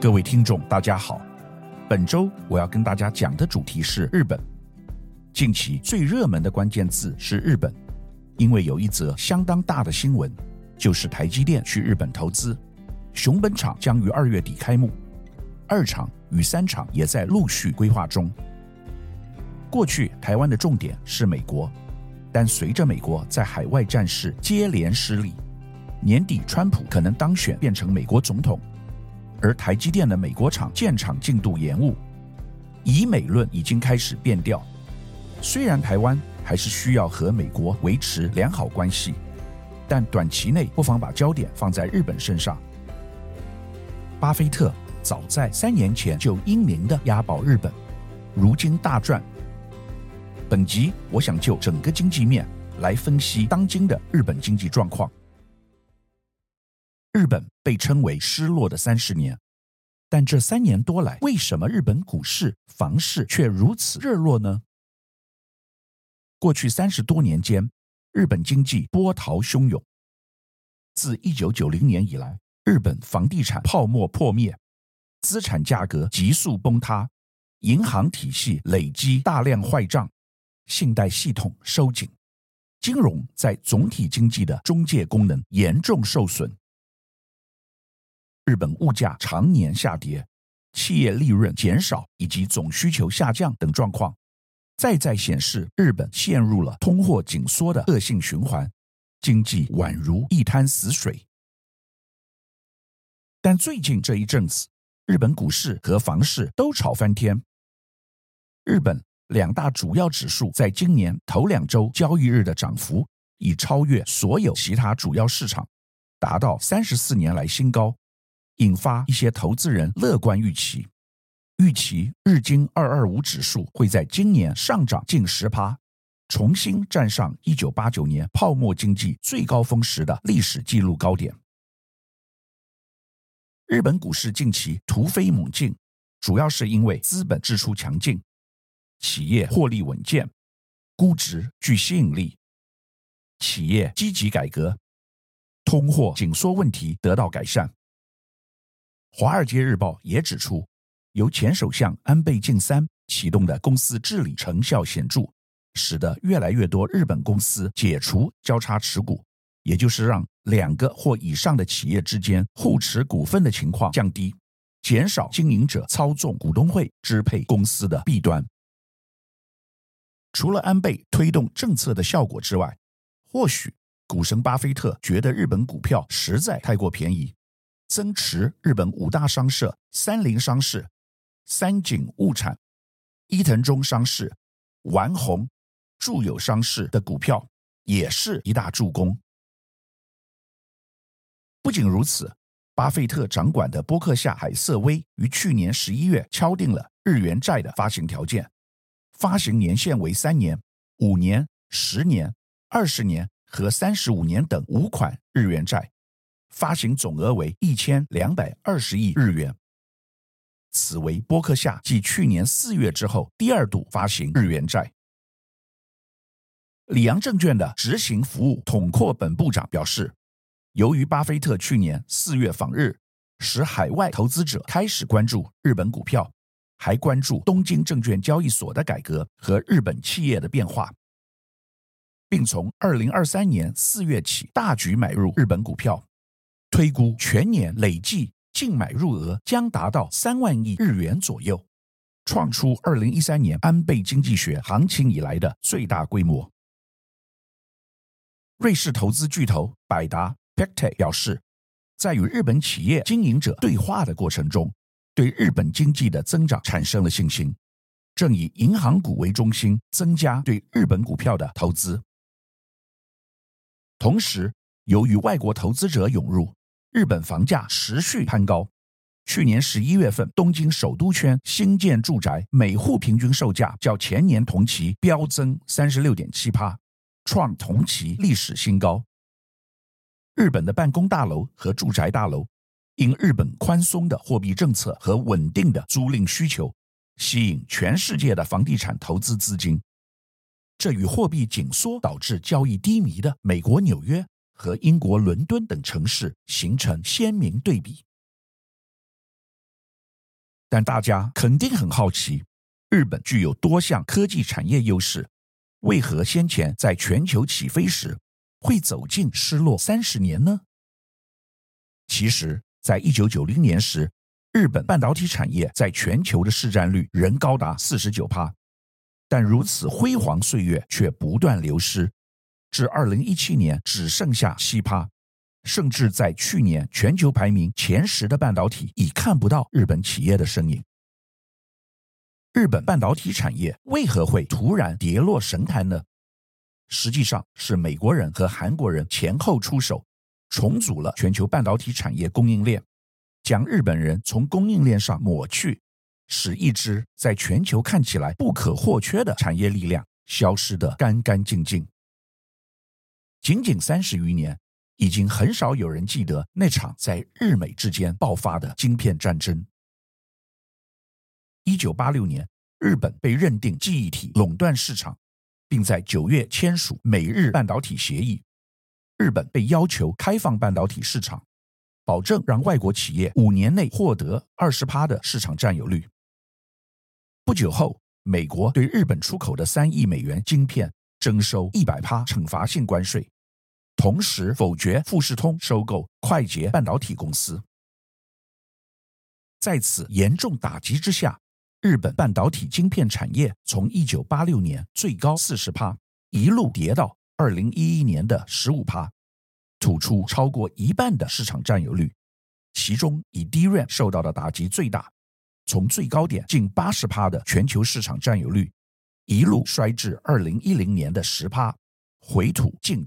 各位听众大家好，本周我要跟大家讲的主题是日本。近期最热门的关键字是日本，因为有一则相当大的新闻，就是台积电去日本投资，熊本厂将于2月底开幕，2厂与3厂也在陆续规划中。过去台湾的重点是美国，但随着美国在海外战事接连失利，年底川普可能当选变成美国总统，而台积电的美国厂建厂进度延误，以美论已经开始变调。虽然台湾还是需要和美国维持良好关系，但短期内不妨把焦点放在日本身上。巴菲特早在3年前就英明地押宝日本，如今大赚。本集我想就整个经济面来分析当今的日本经济状况。日本被称为失落的30年，但这3年多来，为什么日本股市、房市却如此热络呢？过去30多年间，日本经济波涛汹涌。自1990年以来，日本房地产泡沫破灭，资产价格急速崩塌，银行体系累积大量坏账，信贷系统收紧，金融在总体经济的中介功能严重受损。日本物价常年下跌，企业利润减少以及总需求下降等状况，再显示日本陷入了通货紧缩的恶性循环，经济宛如一滩死水。但最近这一阵子，日本股市和房市都炒翻天。日本2大主要指数在今年头2周交易日的涨幅已超越所有其他主要市场，达到34年来新高，引发一些投资人乐观预期日经225指数会在今年上涨近 10%， 重新站上1989年泡沫经济最高峰时的历史纪录高点。日本股市近期突飞猛进，主要是因为资本支出强劲，企业获利稳健，估值具吸引力，企业积极改革，通货紧缩问题得到改善。华尔街日报也指出，由前首相安倍晋三启动的公司治理成效显著，使得越来越多日本公司解除交叉持股，也就是让2个或以上的企业之间互持股份的情况降低，减少经营者操纵股东会支配公司的弊端。除了安倍推动政策的效果之外，或许股神巴菲特觉得日本股票实在太过便宜，增持日本5大商社、三菱商事、三井物产、伊藤忠商事、丸红、住友商事的股票，也是一大助攻。不仅如此，巴菲特掌管的波克夏海瑟威于去年11月敲定了日元债的发行条件，发行年限为3年、5年、10年、20年和35年等5款日元债，发行总额为1220亿日元。此为波克夏继去年4月之后第2度发行日元债。里昂证券的执行服务统括本部长表示，由于巴菲特去年4月访日，使海外投资者开始关注日本股票，还关注东京证券交易所的改革和日本企业的变化，并从2023年4月起大举买入日本股票，推估全年累计净买入额将达到3万亿日元左右，创出2013年安倍经济学行情以来的最大规模。瑞士投资巨头百达 Pictet 表示，在与日本企业经营者对话的过程中，对日本经济的增长产生了信心，正以银行股为中心增加对日本股票的投资。同时，由于外国投资者涌入，日本房价持续攀高。去年11月份，东京首都圈新建住宅每户平均售价较前年同期飙增 36.7%， 创同期历史新高。日本的办公大楼和住宅大楼因日本宽松的货币政策和稳定的租赁需求，吸引全世界的房地产投资资金。这与货币紧缩导致交易低迷的美国纽约和英国伦敦等城市形成鲜明对比。 但大家肯定很好奇，日本具有多项科技产业优势，为何先前在全球起飞时会走进失落30年呢？其实，在1990年时，日本半导体产业在全球的市占率仍高达 49%， 但如此辉煌岁月却不断流失，至2017年只剩下 7%， 甚至在去年全球排名前10的半导体已看不到日本企业的身影。日本半导体产业为何会突然跌落神坛呢？实际上是美国人和韩国人前后出手，重组了全球半导体产业供应链，将日本人从供应链上抹去，使一支在全球看起来不可或缺的产业力量消失得干干净净。仅仅30余年，已经很少有人记得那场在日美之间爆发的晶片战争。1986年，日本被认定记忆体垄断市场，并在9月签署美日半导体协议。日本被要求开放半导体市场，保证让外国企业5年内获得 20% 的市场占有率。不久后，美国对日本出口的3亿美元晶片征收 100% 惩罚性关税，同时否决富士通收购快捷半导体公司。在此严重打击之下，日本半导体晶片产业从1986年最高 40%， 一路跌到2011年的 15%， 吐出超过一半的市场占有率，其中以 DRAM 受到的打击最大，从最高点近 80% 的全球市场占有率，一路衰至2010年的 10%， 回吐近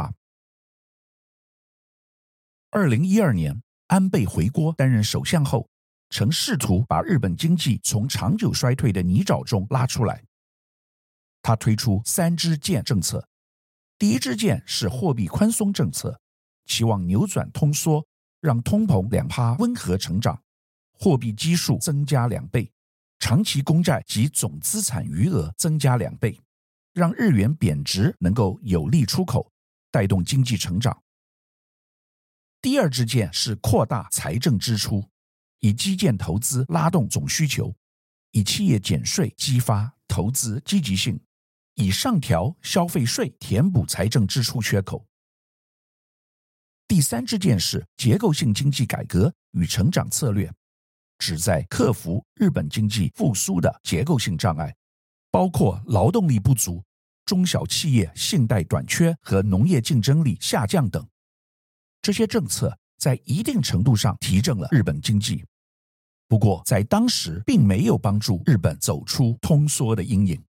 70%。2012年，安倍回国担任首相后，曾试图把日本经济从长久衰退的泥沼中拉出来。他推出3支箭政策，第一支箭是货币宽松政策，期望扭转通缩，让通膨 2% 温和成长，货币基数增加2倍，长期公债及总资产余额增加2倍，让日元贬值能够有利出口，带动经济成长。第二支箭是扩大财政支出，以基建投资拉动总需求，以企业减税激发投资积极性，以上调消费税填补财政支出缺口。第三支箭是结构性经济改革与成长策略，旨在克服日本经济复苏的结构性障碍，包括劳动力不足、中小企业信贷短缺和农业竞争力下降等。这些政策在一定程度上提振了日本经济，不过在当时并没有帮助日本走出通缩的阴影。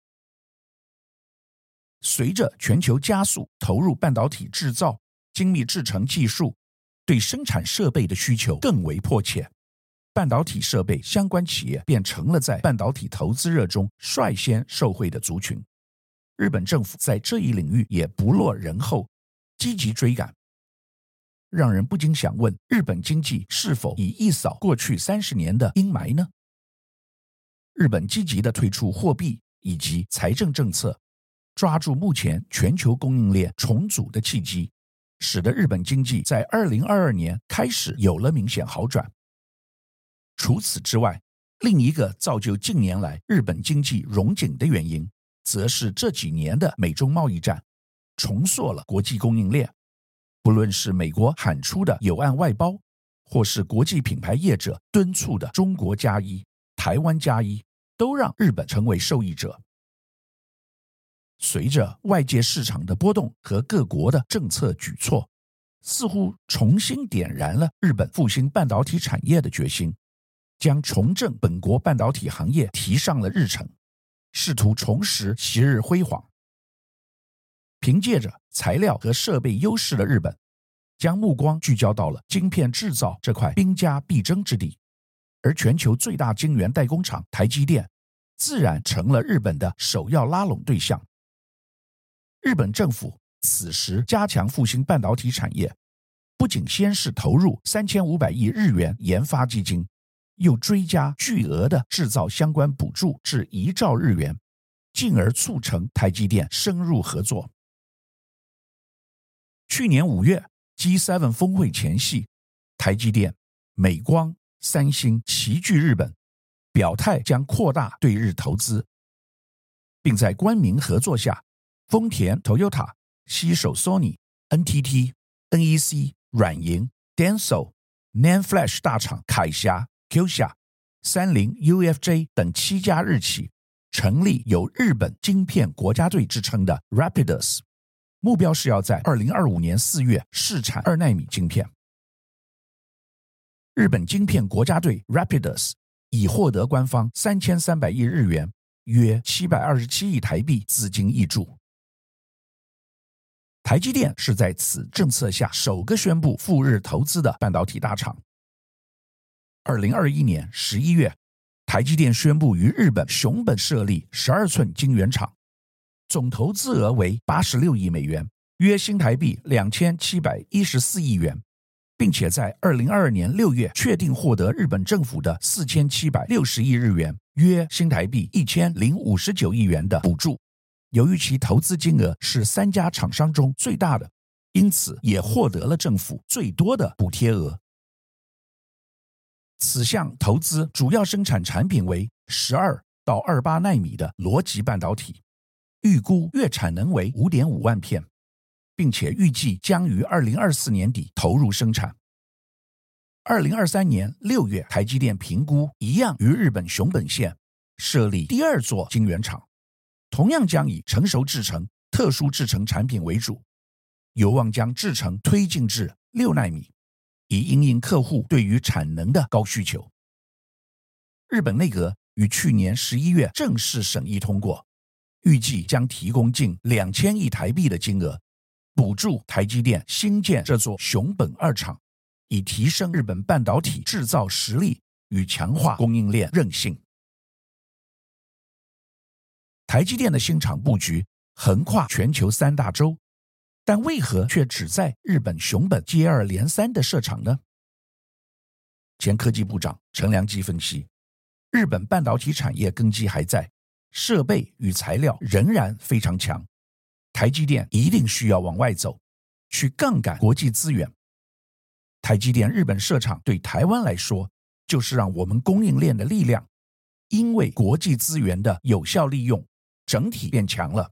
随着全球加速投入半导体制造、精密制程技术，对生产设备的需求更为迫切，半导体设备相关企业变成了在半导体投资热中率先受惠的族群。日本政府在这一领域也不落人后，积极追赶，让人不禁想问，日本经济是否已一扫过去30年的阴霾呢？日本积极地推出货币以及财政政策，抓住目前全球供应链重组的契机，使得日本经济在2022年开始有了明显好转。除此之外，另一个造就近年来日本经济荣景的原因，则是这几年的美中贸易战重塑了国际供应链。不论是美国喊出的有案外包，或是国际品牌业者敦促的中国加一、台湾加一，都让日本成为受益者。随着外界市场的波动和各国的政策举措，似乎重新点燃了日本复兴半导体产业的决心，将重振本国半导体行业提上了日程，试图重拾昔日辉煌。凭借着材料和设备优势的日本，将目光聚焦到了晶片制造这块兵家必争之地，而全球最大晶圆代工厂台积电自然成了日本的首要拉拢对象。日本政府此时加强复兴半导体产业，不仅先是投入3500亿日元研发基金，又追加巨额的制造相关补助至1兆日元，进而促成台积电深入合作。去年5月 G7 峰会前夕，台积电、美光、 三星齐聚日本，表态将扩大对日投资，并在官民合作下，丰田 Toyota 携手 Sony、NTT、NEC、软银、Denso、NAND Flash 大厂凯霞、Kioxia、三菱 UFJ 等7家日企，成立有日本晶片国家队之称的 Rapidus， 目标是要在2025年4月试产2奈米晶片。日本晶片国家队 Rapidus 已获得官方3300亿日元，约727亿台币资金挹注。台积电是在此政策下首个宣布赴日投资的半导体大厂。2021年11月，台积电宣布于日本熊本设立12寸晶圆厂，总投资额为86亿美元，约新台币2714亿元，并且在2022年6月确定获得日本政府的4760亿日元，约新台币1059亿元的补助。由于其投资金额是3家厂商中最大的，因此也获得了政府最多的补贴额。此项投资主要生产产品为12到28奈米的逻辑半导体，预估月产能为 5.5 万片，并且预计将于2024年底投入生产。2023年6月，台积电评估一样于日本熊本县设立第2座晶圆厂，同样将以成熟制程、特殊制程产品为主，有望将制程推进至6奈米，以因应客户对于产能的高需求。日本内阁于去年11月正式审议通过，预计将提供近2000亿台币的金额，补助台积电新建这座熊本2厂，以提升日本半导体制造实力与强化供应链韧性。台积电的新厂布局横跨全球3大洲，但为何却只在日本熊本接二连三的设厂呢？前科技部长陈良基分析，日本半导体产业根基还在，设备与材料仍然非常强，台积电一定需要往外走，去杠杆国际资源。台积电日本设厂对台湾来说，就是让我们供应链的力量因为国际资源的有效利用，整体变强了。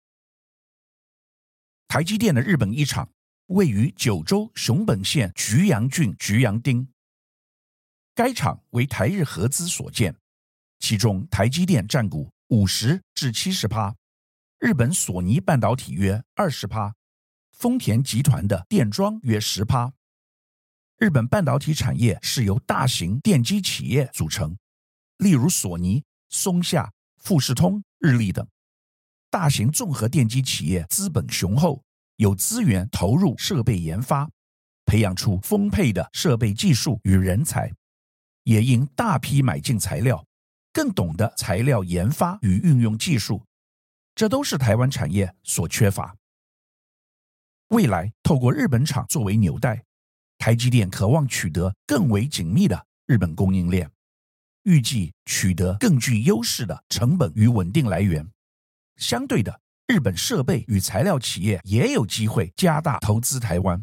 台积电的日本1厂位于九州熊本县菊阳郡菊阳町，该厂为台日合资所建，其中台积电占股50%至70%，日本索尼半导体约20%，丰田集团的电装约10%。日本半导体产业是由大型电机企业组成，例如索尼、松下、富士通、日立等。大型综合电机企业资本雄厚，有资源投入设备研发，培养出丰沛的设备技术与人才，也因大批买进材料，更懂得材料研发与运用技术，这都是台湾产业所缺乏。未来透过日本厂作为纽带，台积电渴望取得更为紧密的日本供应链，预计取得更具优势的成本与稳定来源。相对的，日本设备与材料企业也有机会加大投资台湾。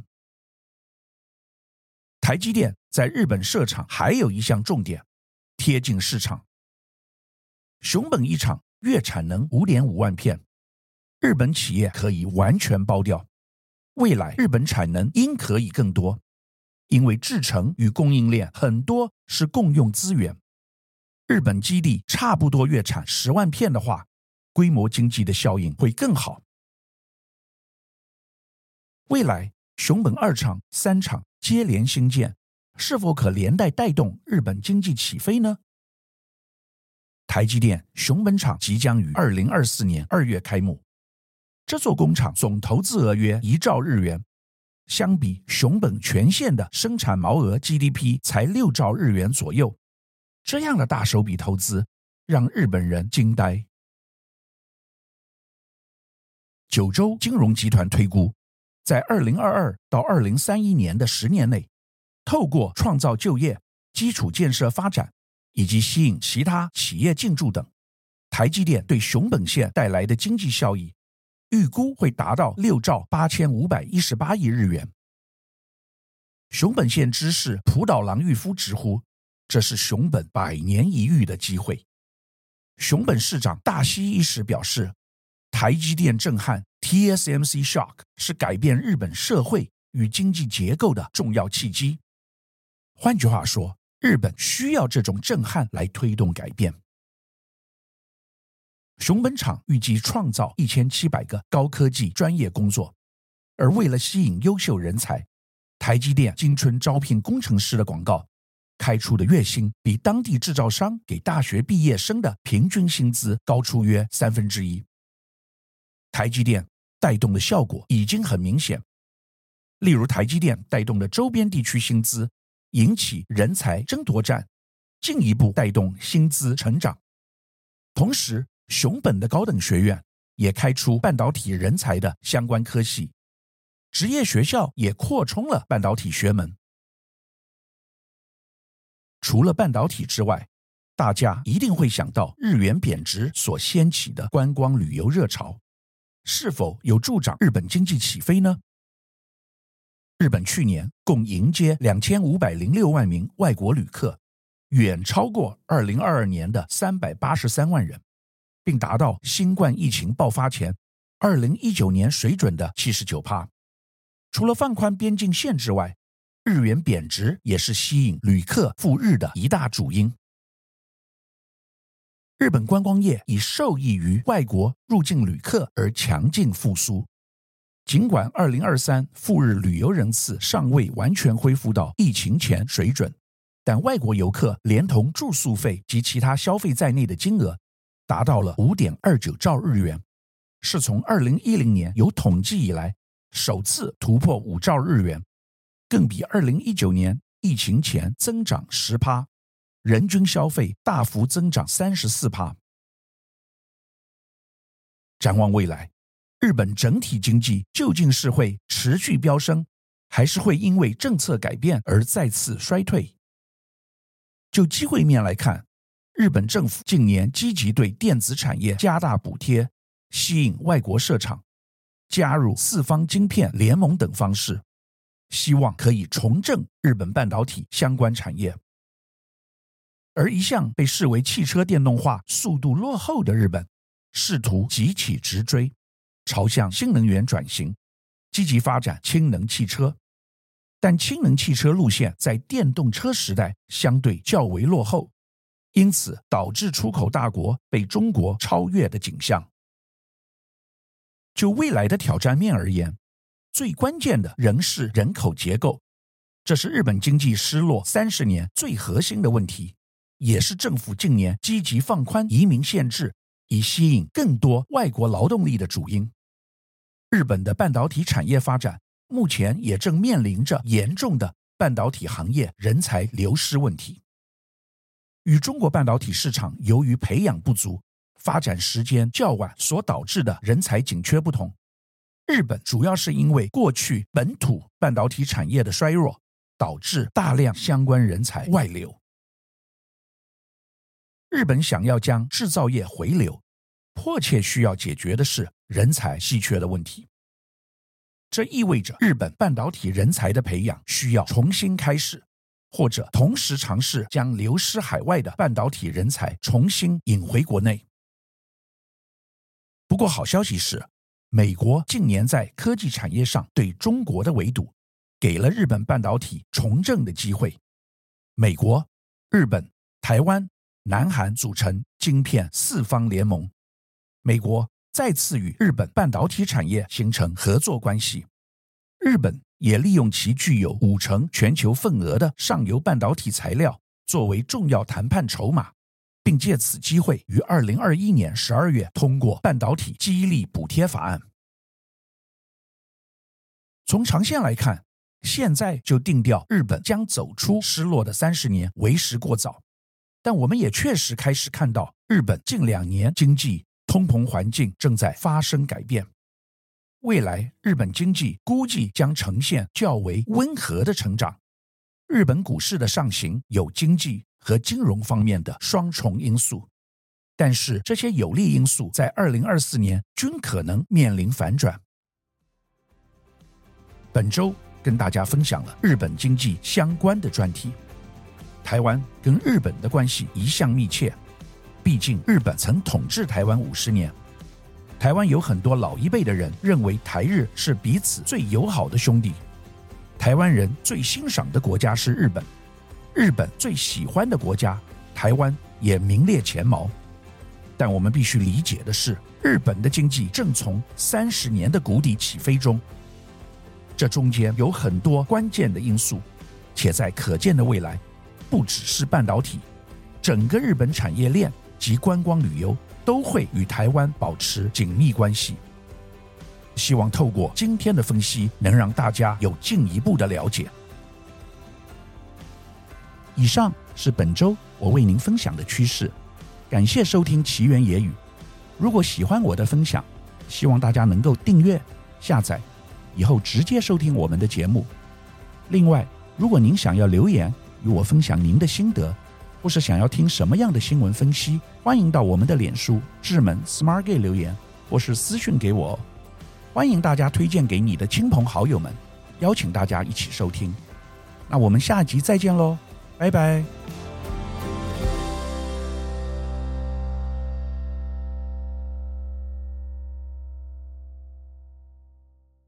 台积电在日本设厂还有一项重点，贴近市场。熊本1厂月产能 5.5 万片，日本企业可以完全包掉，未来日本产能应可以更多，因为制程与供应链很多是共用资源。日本基地差不多月产10万片的话，规模经济的效应会更好。未来熊本2厂、3厂接连兴建，是否可连带带动日本经济起飞呢？台积电熊本厂即将于2024年2月开幕，这座工厂总投资额约1兆日元，相比熊本全县的生产毛额 GDP 才6兆日元左右，这样的大手笔投资让日本人惊呆。九州金融集团推估，在2022到2031年的10年内，透过创造就业、基础建设发展以及吸引其他企业进驻等，台积电对熊本县带来的经济效益预估会达到6兆8518亿日元。熊本县知事浦岛郎裕夫直呼， 这是熊本100年一遇的机会。熊本市长大西一时表示，台积电震撼 TSMC Shock 是改变日本社会与经济结构的重要契机。换句话说，日本需要这种震撼来推动改变。熊本厂预计创造1700个高科技专业工作，而为了吸引优秀人才，台积电今春招聘工程师的广告开出的月薪比当地制造商给大学毕业生的平均薪资高出约1/3。台积电带动的效果已经很明显，例如台积电带动的周边地区薪资引起人才争夺战，进一步带动薪资成长。同时，熊本的高等学院也开出半导体人才的相关科系，职业学校也扩充了半导体学门。除了半导体之外，大家一定会想到日元贬值所掀起的观光旅游热潮，是否有助长日本经济起飞呢？日本去年共迎接2506万名外国旅客，远超过2022年的383万人，并达到新冠疫情爆发前2019年水准的 79%。 除了放宽边境线之外，日元贬值也是吸引旅客赴日的一大主因。日本观光业已受益于外国入境旅客而强劲复苏。尽管2023赴日旅游人次尚未完全恢复到疫情前水准，但外国游客连同住宿费及其他消费在内的金额达到了 5.29 兆日元，是从2010年有统计以来首次突破5兆日元，更比2019年疫情前增长 10%， 人均消费大幅增长 34%。 展望未来，日本整体经济究竟是会持续飙升，还是会因为政策改变而再次衰退？就机会面来看，日本政府近年积极对电子产业加大补贴，吸引外国设厂，加入四方晶片联盟等方式，希望可以重振日本半导体相关产业。而一向被视为汽车电动化速度落后的日本，试图急起直追，朝向新能源转型，积极发展氢能汽车。但氢能汽车路线在电动车时代相对较为落后，因此导致出口大国被中国超越的景象。就未来的挑战面而言，最关键的仍是人口结构，这是日本经济失落30年最核心的问题，也是政府近年积极放宽移民限制，以吸引更多外国劳动力的主因。日本的半导体产业发展目前也正面临着严重的半导体行业人才流失问题。与中国半导体市场由于培养不足、发展时间较晚所导致的人才紧缺不同，日本主要是因为过去本土半导体产业的衰弱，导致大量相关人才外流。日本想要将制造业回流，迫切需要解决的是人才稀缺的问题。这意味着日本半导体人才的培养需要重新开始，或者同时尝试将流失海外的半导体人才重新引回国内。不过好消息是，美国近年在科技产业上对中国的围堵，给了日本半导体重振的机会。美国、日本、台湾、南韩组成晶片四方联盟，美国再次与日本半导体产业形成合作关系。日本也利用其具有50%全球份额的上游半导体材料作为重要谈判筹码，并借此机会于2021年12月通过半导体激励补贴法案。从长线来看，现在就定调日本将走出失落的30年为时过早，但我们也确实开始看到日本近2年经济通膨环境正在发生改变。未来日本经济估计将呈现较为温和的成长。日本股市的上行有经济和金融方面的双重因素，但是这些有利因素在2024年均可能面临反转。本周跟大家分享了日本经济相关的专题。 台湾跟日本的关系一向密切，毕竟日本曾统治台湾50年。台湾有很多老一辈的人认为台日是彼此最友好的兄弟，台湾人最欣赏的国家是日本，日本最喜欢的国家台湾也名列前茅。但我们必须理解的是，日本的经济正从30年的谷底起飞中，这中间有很多关键的因素，且在可见的未来，不只是半导体，整个日本产业链及观光旅游都会与台湾保持紧密关系。希望透过今天的分析，能让大家有进一步的了解。以上是本周我为您分享的趋势，感谢收听奇缘野语。如果喜欢我的分享，希望大家能够订阅、下载，以后直接收听我们的节目。另外，如果您想要留言与我分享您的心得，或是想要听什么样的新闻分析，欢迎到我们的脸书智门 SmartGay 留言，或是私讯给我。欢迎大家推荐给你的亲朋好友们，邀请大家一起收听。那我们下集再见咯，拜拜。